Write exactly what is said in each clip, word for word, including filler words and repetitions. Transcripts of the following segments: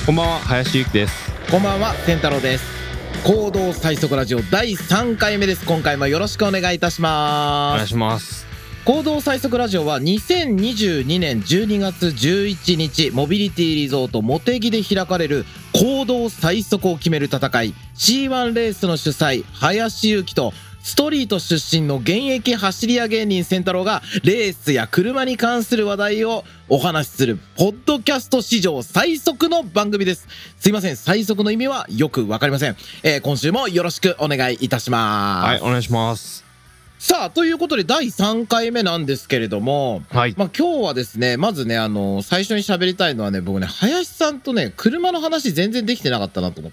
こんばんは、林ゆきです。 こんばんは、健太郎です。行動最速ラジオだいさんかいめです。今回もよろしくお願いいたします。 お願いします。 行動最速ラジオはにせんにじゅうにねんじゅうにがつじゅういちにちモビリティリゾートモテギで開かれる行動最速を決める戦い シーワン レースの主催林ゆきとストリート出身の現役走り屋芸人センタロウがレースや車に関する話題をお話しするポッドキャスト史上最速の番組です。すいません、最速の意味はよくわかりません。えー、今週もよろしくお願いいたします。 はい、お願いします。 さあ、ということでだいさんかいめなんですけれども、 はい。 まあ今日はですね、まずね、あの最初に喋りたいのはね、僕ね、林さんとね、車の話全然できてなかったなと思って、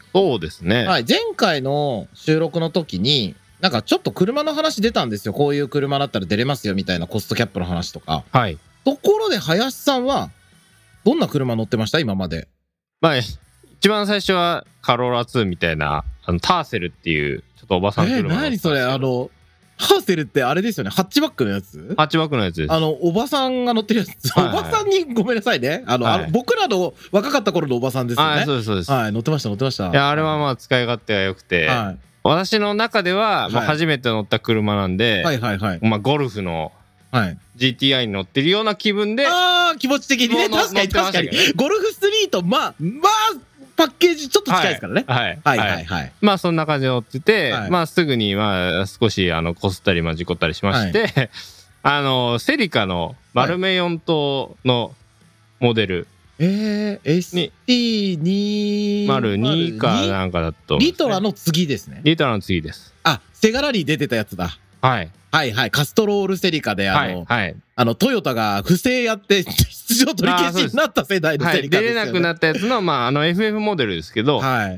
そうですね。 はい、前回の収録の時になんかちょっと車の話出たんですよ。こういう車だったら出れますよみたいなコストキャップの話とか。 はい。 ところで林さんはどんな車乗ってました今まで？ まあ一番最初はカローラツーみたいなあのターセルっていうちょっとおばさん車えー、 乗ってたんですけど。 何それ、あのハーセルってあれですよね、ハッチバックのやつ？ ハッチバックのやつです。 あのおばさんが乗ってるやつ、はいはい、おばさんにごめんなさいね、あの、はい、あの僕らの若かった頃のおばさんですよね。 はい、そうですそうです。 はい、乗ってました乗ってました。 いや、あれはまあ使い勝手が良くて、はい、私の中ではまあ初めて乗った車なんで、 はいはいはい、 まあゴルフのジーティーアイ に乗ってるような気分で、 ああ気持ち的にね、確かに確かにゴルフスリート、まあまあパッケージちょっと近いですからね。 はいはいはいはい。まあそんな感じで乗ってて、はい、まあすぐにまあ少しあのこすったりまあ事故ったりしまして、はい、あのセリカの丸めよんとうのモデル、はい、 えー、エスティーにーまるにかなんかだと、 ね、リトラの次ですね。 リトラの次です。 あ、セガラリー出てたやつだ。 はいはいはい、カストロールセリカであの、はいはい、あのトヨタが不正やって出場取り消しになった世代のセリカですよね。 はい、出れなくなったやつの、まあ、あの エフエフ モデルですけど、はい、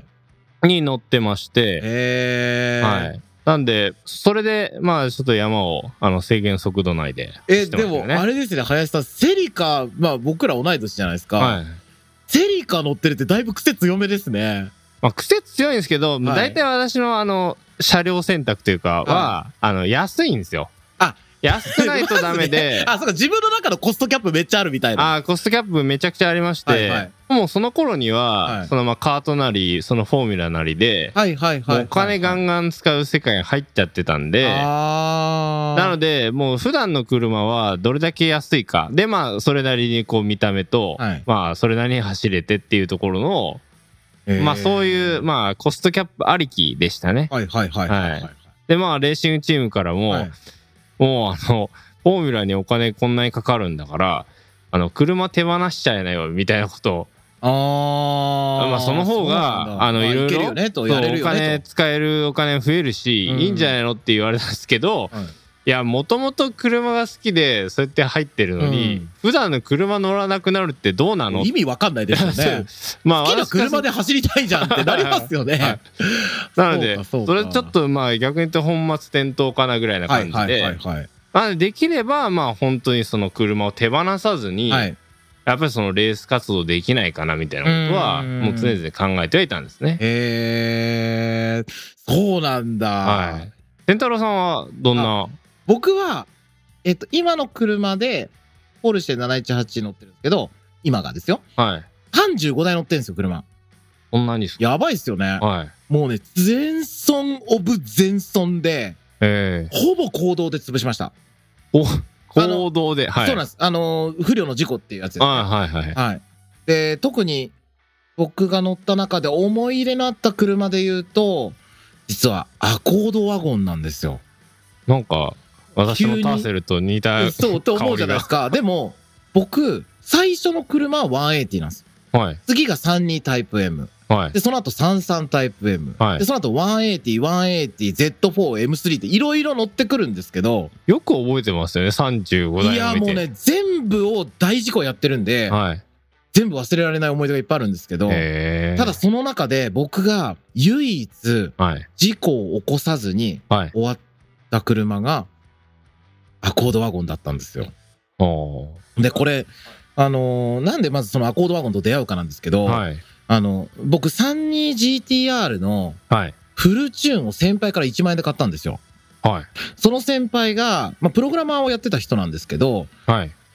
に乗ってまして、 へー、 はい、なんでそれでまあちょっと山をあの制限速度内で、ね、 えでもあれですね、林さんセリカ、まあ僕ら同い年じゃないですか、はい、セリカ乗ってるってだいぶ癖強めですね。 まあ、癖強いんですけど、だいたい私のあの車両選択というかは、はい、あの安いんですよ。 あ、 安くないとダメで、 ね、あ、そうか、自分の中のコストキャップめっちゃあるみたいな。 あ、コストキャップめちゃくちゃありまして、はいはい、もうその頃には、はい、そのまあカートなりそのフォーミュラなりで、はいはいはい、お金ガンガン使う世界に入っちゃってたんで、あ、なのでもう普段の車はどれだけ安いかで、まあそれなりにこう見た目と、はい、まあそれなりに走れてっていうところの、まあそういうまあコストキャップありきでしたね。 はいはいはいはい、はい、 でまあレーシングチームからも、はい、もうあのフォーミュラにお金こんなにかかるんだからあの車手放しちゃえなよみたいなことを、あ、まあその方があのいろいろお金使えるお金増えるし、うん、いいんじゃないのって言われたんですけど、はい、いやもともと車が好きでそうやって入ってるのに、うん、普段の車乗らなくなるってどうなの？ 意味わかんないですよね。まあ好きな車で走りたいじゃんってなりますよね。はい、 なので そ, それちょっとまあ逆に言って本末転倒かなぐらいな感じで、はいはいはいはい、まあ、できればまあ本当にその車を手放さずに、はい、やっぱりそのレース活動できないかなみたいなことはもう常々考えてはいたんですね。 へー、そうなんだ。 はい。健太郎さんはどんな？ 僕は、えっと、今の車でポルシェななひゃくじゅうはち乗ってるんですけど、今がですよ、はい、さんじゅうごだい乗ってるんですよ車。 そんなにですか？ やばいっすよね、はい、もうね全損オブ全損で、えー、ほぼ公道で潰しました。 お、公道で、はい、 そうなんです。あの不慮の事故っていうやつですね。 あ、はいはいはい。 で特に僕が乗った中で思い入れのあった車で言うと、実はアコードワゴンなんですよ。 なんか私のターセルと似たそうって思うじゃないですか。でも僕最初の車はひゃくはちじゅうなんです、はい、次がさんじゅうにタイプ M、はい、でその後さんじゅうさんタイプ M、はい、でその後ひゃくはちじゅう、ひゃくはちじゅう、ゼットフォー、エムスリー っていろいろ乗ってくるんですけど、 よく覚えてますよねさんじゅうごだいを見て。 いやもうね全部を大事故やってるんで、はい、全部忘れられない思い出がいっぱいあるんですけど、ただその中で僕が唯一事故を起こさずに終わった車がアコードワゴンだったんですよ。でこれあのー、なんでまずそのアコードワゴンと出会うかなんですけど、はい、あの僕 さんじゅうにジーティーアール のフルチューンを先輩からいちまんえんで買ったんですよ。はい、その先輩が、まあ、プログラマーをやってた人なんですけど、はい、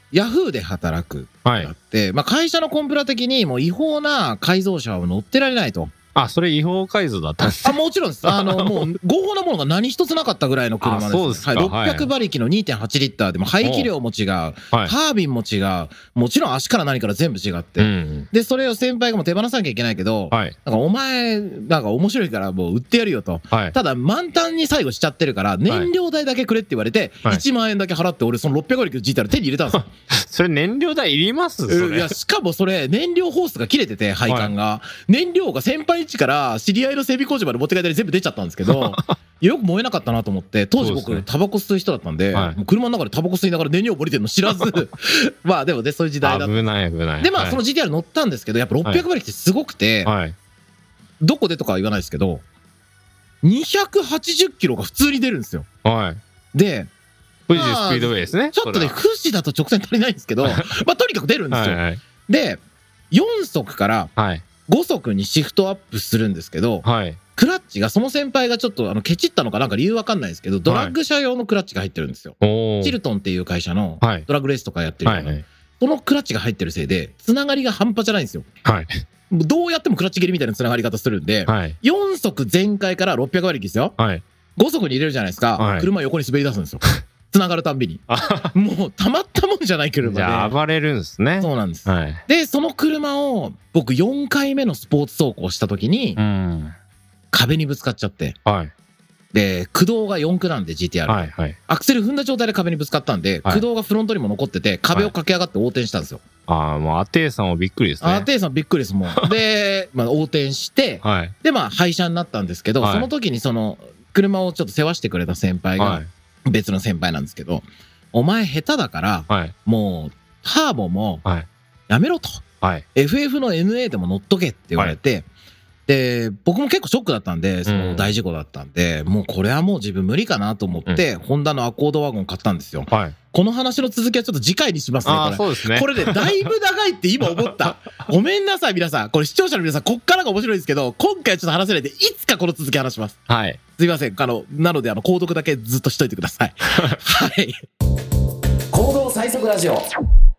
ヤフーで働くってはいなって、まあ、会社のコンプラ的にもう違法な改造車は乗ってられないと。 あ、それ違法改造だったんですあ、もちろんです。あの、もう、合法なものが何一つなかったぐらいの車です。 あそうですかはい。ろっぴゃくはい馬力の にてんはち リッターでも排気量も違う。 はいタービンも違う。もちろん足から何から全部違って。 うんで、それを先輩がもう手放さなきゃいけないけど、 はいなんかお前、なんか面白いからもう売ってやるよと。 はいただ満タンに最後しちゃってるから、燃料代だけくれって言われて、 はいいちまんえんだけ払って俺そのろっぴゃく馬力の ジーティーアール 手に入れたんですよ。 それ燃料代いりますそれいや、しかもそれ、燃料ホースが切れてて、配管が。燃料が先輩ん家から知り合いの整備工場まで持って帰ったり全部出ちゃったんですけど、よく燃えなかったなと思って、当時僕、 そうですねタバコ吸う人だったんで、 はいもう車の中でタバコ吸いながら燃料降りてるの知らず、まあでもね、そういう時代だった。 危ない危ないで、まあはいその ジーティーアール 乗ったんですけど、やっぱろっぴゃく馬力ってすごくて、 はいどこでとかは言わないですけど、にひゃくはちじゅっキロが普通に出るんですよ。 はいで、 富士スピードウェイですねちょっとね、 そ富士だと直線足りないんですけど、まあとにかく出るんですよ。 れははいはいで、よん速からはいご速にシフトアップするんですけど、 はいクラッチがその先輩がちょっとあのケチったのかなんか理由わかんないですけど、ドラッグ車用のクラッチが入ってるんですよ。 おーチルトンっていう会社のはいドラッグレースとかやってるような、 はいはいそのクラッチが入ってるせいで、つながりが半端じゃないんですよ。 はいもうどうやってもクラッチ切りみたいなつながり方するんで、 はいよん速全開からろっぴゃく馬力ですよ。 はいご速に入れるじゃないですか。 はい車横に滑り出すんですよ。つながるたんびに。 あもうたまったもんじゃない車じゃあで。 暴れるんですねそうなんです。 はいで、その車を僕よんかいめのスポーツ走行した時にうん壁にぶつかっちゃって。 はいで、駆動がよん駆なんで ジーティーアール。 はいはいアクセル踏んだ状態で壁にぶつかったんで、駆動がフロントにも残ってて、壁を駆け上がって横転したんですよ。 ああもうアテイさんもびっくりですねあー、テイさんびっくりです、もう。で、まあ、横転して、 はいで、まあ、廃車になったんですけど、 はいその時にその、車をちょっと世話してくれた先輩がはい、 別の先輩なんですけど、お前下手だから、 はいもう、ターボもはいやめろと。 はいエフエフ の エヌエー でも乗っとけって言われて、で、僕も結構ショックだったんで、その大事故だったんで、もうこれはもう自分無理かなと思って、ホンダのアコードワゴン買ったんですよ。 はいこの話の続きはちょっと次回にしますね、 ああこれ。 そうですねこれね、だいぶ長いって今思った。ごめんなさい、皆さん。これ視聴者の皆さん、こっからが面白いですけど、今回はちょっと話せないで、いつかこの続き話します。 はいすいません。あの、なので、あの、購読だけずっとしといてください。はい。行動最速ラジオ。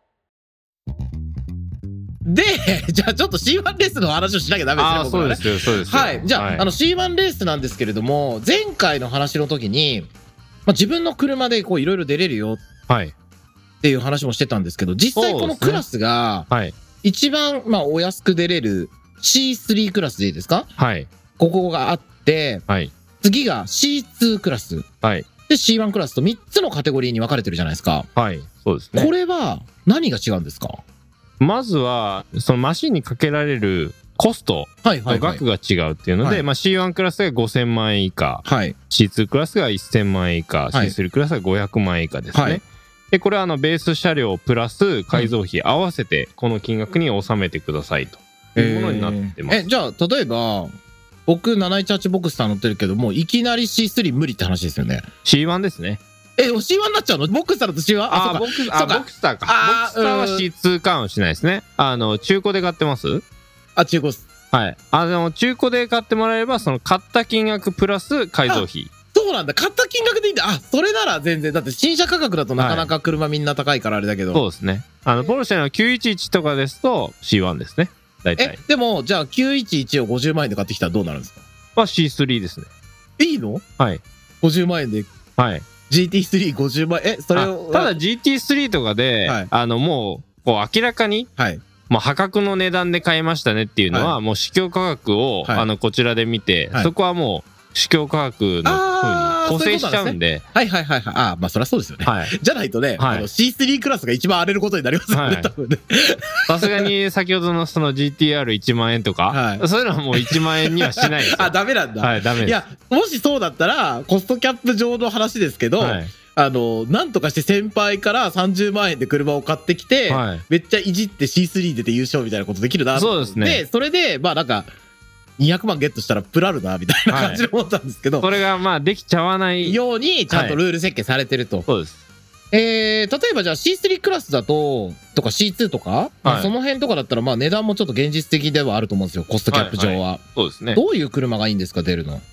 で、じゃあちょっと シーワン レースの話をしなきゃダメですね、 ああそう僕らねですよそうですよはい。じゃあ、 はいあの シーワン レースなんですけれども、前回の話の時に、まあ、自分の車でこういろいろ出れるよはいっていう話もしてたんですけど、実際このクラスがはい一番まあお安く出れる シースリー クラスでいいですか？ はいここがあって、 はい次が シーツー クラスはいで シーワン クラスとみっつのカテゴリーに分かれてるじゃないですか。 はいそうですねこれは何が違うんですか？ まずはそのマシンにかけられるコストはいはいはいの額が違うっていうので、 はいまあ、シーワン クラスがごせんまんえん以下、 はいシーツー クラスがせんまんえん以下、 はいシースリー クラスがごひゃくまんえん以下ですね。 はいでこれはあのベース車両プラス改造費合わせてこの金額に収めてくださいというものになってます。 えーえじゃあ例えば僕なないちはちボクスター乗ってるけどもういきなり シースリー 無理って話ですよね。 シーワン ですね。 え シーワン になっちゃうの？ボクスターだと シーワン？ あそうかあボクそうかあボクスターかあーボクスターは シーツー かもしれないですね。あの中古で買ってます？ あ中古っす。 はい。あの中古で買ってもらえればその買った金額プラス改造費。 そうなんだ。買った金額でいいんだ。あ、それなら全然。だって新車価格だとなかなか車みんな高いからあれだけど。 そうですね。あのポルシェのきゅういちいちとかですと シーワン ですね。大体え、でも、じゃあきゅういちいちをごじゅうまんえんで買ってきたらどうなるんですか？ は シースリー ですね。 いいの？ はい。 ごじゅうまんえんではい。 ジーティースリーごじゅうまんえん。え、それあを。 ただ ジーティースリー とかで、 はいあのもうこう明らかにはい。 もう破格の値段で買いましたねっていうのは、もう市況価格を、 はいあのこちらで見て、 はいそこはもう市況価格のあー風に補正しちゃうんで、 はいはいはいはい。あ、まあそりゃそうですよね。 はい。 じゃないとね、 はいあの シースリー クラスが一番荒れることになりますよね、 はい多分ね。 さすがに先ほどのその ジーティーアールいちまんえんとか、 はいそういうのはもういちまんえんにはしないですよ。 あ、ダメなんだ。 はい、ダメです。 いや、もしそうだったら、コストキャップ上の話ですけど、 はい、 あの、なんとかして先輩からさんじゅうまんえんで車を買ってきて、 はいめっちゃいじって シースリー 出て優勝みたいなことできるなと思って。 そうですねで、それで、まあなんか、にひゃくまんゲットしたらプラるな、みたいな感じで思ったんですけど、 それがまあできちゃわない。 ようにちゃんとルール設計されてると。 そうです。 えー、例えばじゃあ シースリー クラスだと、とか シーツー とか、まあその辺とかだったらまあ値段もちょっと現実的ではあると思うんですよ、コストキャップ上は。 そうですね。 どういう車がいいんですか、出るの？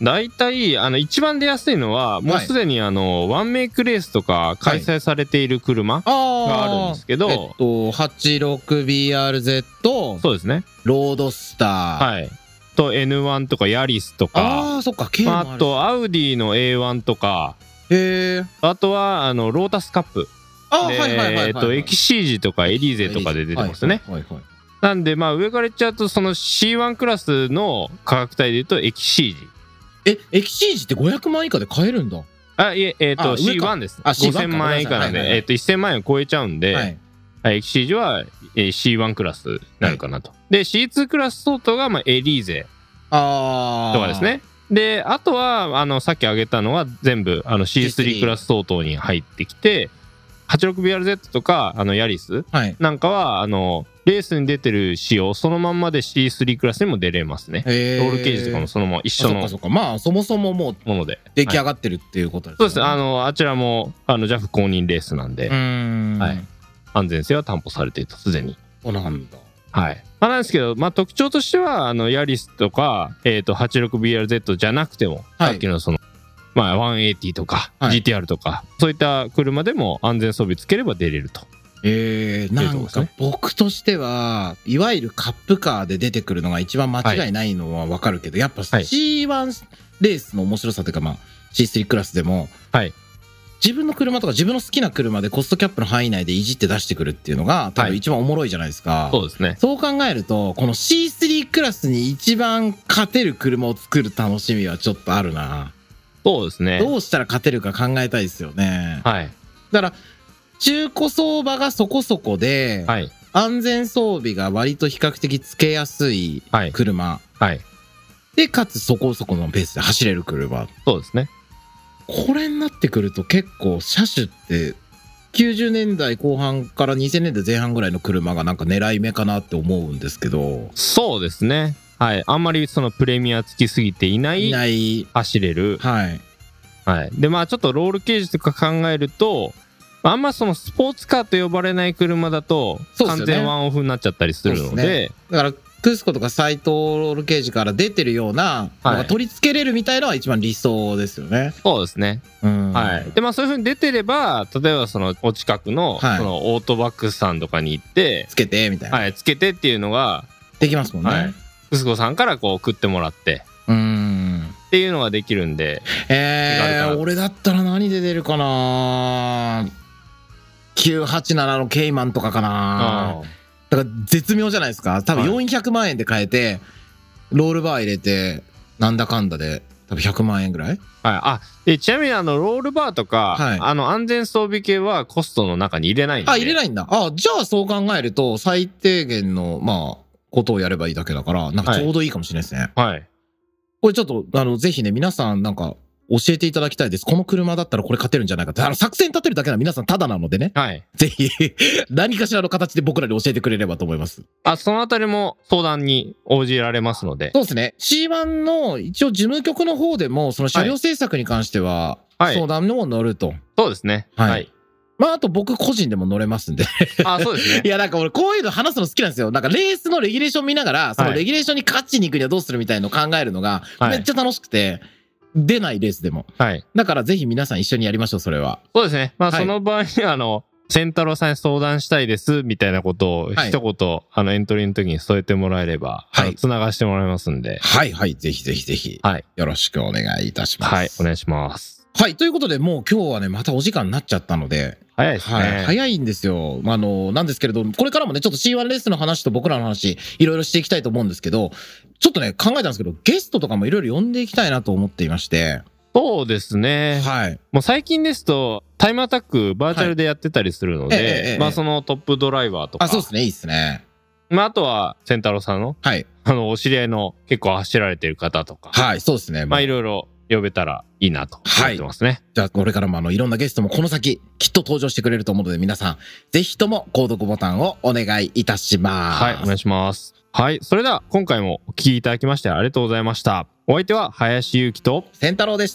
大体あの一番出やすいのはもうすでにあの、はい、ワンメイクレースとか開催されている車があるんですけど、はい、 えっと はちじゅうろくビーアールゼットそうですね、 ロードスター、 はい、と エヌワン とかヤリスとか、 あそっか、 まあ、あとアウディの エーワン とか、 へあとはあのロータスカップ、 あはいはいはいはい、 えっとエキシージとかエリーゼとかで出てますね。 はいはいはいはい、 なんでまあ上から言っちゃうとその シーワン クラスの価格帯で言うとエキシージ、 えエキシージってごひゃくまん以下で買えるんだ。 あいええっ、ー、と シーワン です。 あごせんまん以下なんで、はいはいはい、えっ、ー、とせんまん円を超えちゃうんで、はいはい、エキシージは、えー、シーワン クラスになるかなと、はい、で シーツー クラス相当がまあエリーゼとかですね。であとはあのさっき挙げたのは全部あの シースリー クラス相当に入ってきて、はちじゅうろくビーアールゼット とかあのヤリスなんかは、はい、あのレースに出てる仕様そのまんまで シースリー クラスにも出れますね。ロールケージとかもそのまま一緒のもので、 そっかそっか、まあそもそももう出来上がってるっていうことですね。 はい、そうです。あのあちらもあの ジャフ 公認レースなんで、うーん、はい、安全性は担保されているとすでに。 そうなんだ。 はい。まあ、なんですけど、まあ、特徴としてはあのヤリスとか、えー、と はちじゅうろくビーアールゼット じゃなくても、はい、さっきのそのまあ、ひゃくはちじゅうとか、はい、ジーティーアール とかそういった車でも安全装備つければ出れると。 えー、なんか僕としてはいわゆるカップカーで出てくるのが一番間違いないのは分かるけど、はい、やっぱ シーワン レースの面白さというか、まあ、シースリー クラスでも、はい、自分の車とか自分の好きな車でコストキャップの範囲内でいじって出してくるっていうのが多分一番おもろいじゃないですか、はい、 そうですね。 そう考えるとこの シースリー クラスに一番勝てる車を作る楽しみはちょっとあるな。 そうですね。 どうしたら勝てるか考えたいですよね。 はい。 だから中古相場がそこそこで、はい、安全装備が割と比較的つけやすい車、はいはい、でかつそこそこのペースで走れる車。 そうですね。 これになってくると結構車種ってきゅうじゅうねんだいこう半からにせんねんだいぜん半ぐらいの車がなんか狙い目かなって思うんですけど。 そうですね。はい、あんまりそのプレミアつきすぎていないいない走れる、 はいはい、でまあちょっとロールケージとか考えるとあんまそのスポーツカーと呼ばれない車だと完全ワンオフになっちゃったりするの で, で、ね、 だからクスコとかサイトロールケージから出てるような、はい、なんか取り付けれるみたいのは一番理想ですよね。 そうですね、うんはい、でまあそういう風に出てれば例えばそのお近く の,、はい、そのオートバックスさんとかに行ってつけてみたいな、 はい、つけてっていうのができますもんね、はい、 クスコさんからこう送ってもらってうーんっていうのができるんで、 えー、俺だったら何で出るかな。きゅうはちななのケイマンとかかな。だから絶妙じゃないですか。多分よんひゃくまんえんで買えて、はい、ロールバー入れてなんだかんだで多分ひゃくまんえんぐらい。はい、 あでちなみにあのロールバーとか、はい、あの安全装備系はコストの中に入れないんで。 あ入れないんだ。あじゃあそう考えると最低限のまあことをやればいいだけだからなんかちょうどいいかもしれないですね。はい、はいこれちょっとあのぜひね皆さんなんか教えていただきたいです。この車だったらこれ勝てるんじゃないかって。あの作戦立てるだけなら皆さんただなのでね。はい。ぜひ何かしらの形で僕らに教えてくれればと思います。 あそのあたりも相談に応じられますので。 そうですね。シーワン の一応事務局の方でもその車両制作に関しては相談にも乗ると。はい、 そうですね。はい。はいまああと僕個人でも乗れますんであそうですね。 いやなんか俺こういうの話すの好きなんですよ。なんかレースのレギュレーション見ながらそのレギュレーションに勝ちに行くにはどうするみたいのを考えるのがめっちゃ楽しくて、はい、出ないレースでも、はい、だからぜひ皆さん一緒にやりましょう。それはそうですね。まあその場合にはあの仙太郎さんに相談したいですみたいなことを一言、はい、あのエントリーの時に添えてもらえれば、はい、つながしてもらいますんではいはいぜひぜひぜひ、はい、よろしくお願いいたします。 はいお願いします。 はいということでもう今日はねまたお時間になっちゃったので早いですね、はい、 早いんですよ。あのなんですけれどこれからもねちょっと シーワン レースの話と僕らの話いろいろしていきたいと思うんですけどちょっとね考えたんですけどゲストとかもいろいろ呼んでいきたいなと思っていまして。 そうですね。はい。もう最近ですとタイムアタックバーチャルでやってたりするので、はいえええ、まあそのトップドライバーとか。 あ、そうですね。いいですね。 まああとは仙太郎さんの、はい。あのお知り合いの結構走られてる方とか。 はい、そうですね。 まあいろいろ呼べたらいいなと思ってますね。はい、 じゃあこれからもあのいろんなゲストもこの先きっと登場してくれると思うので皆さんぜひとも購読ボタンをお願いいたします。 はい、お願いします。はい、それでは今回もお聞きいただきましてありがとうございました。お相手は林裕樹と仙太郎でした。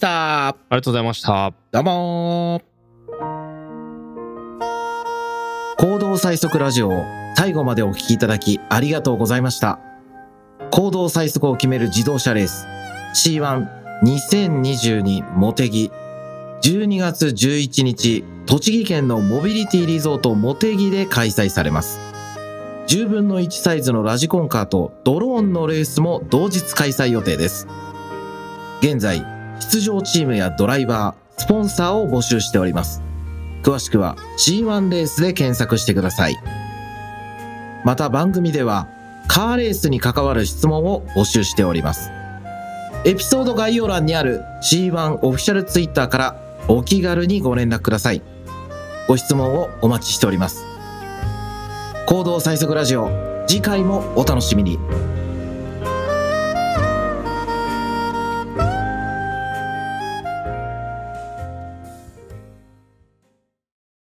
ありがとうございました。 どうもー。行動最速ラジオを最後までお聞きいただきありがとうございました。行動最速を決める自動車レース シーワンにせんにじゅうにモテギじゅうにがつじゅういちにち、栃木県のモビリティリゾートモテギで開催されます。じゅうぶんのいちサイズのラジコンカーとドローンのレースも同日開催予定です。現在、出場チームやドライバー、スポンサーを募集しております。詳しくは シーワン レースで検索してください。また番組ではカーレースに関わる質問を募集しております。エピソード概要欄にある シーワン オフィシャルツイッターからお気軽にご連絡ください。ご質問をお待ちしております。行動最速ラジオ、次回もお楽しみに。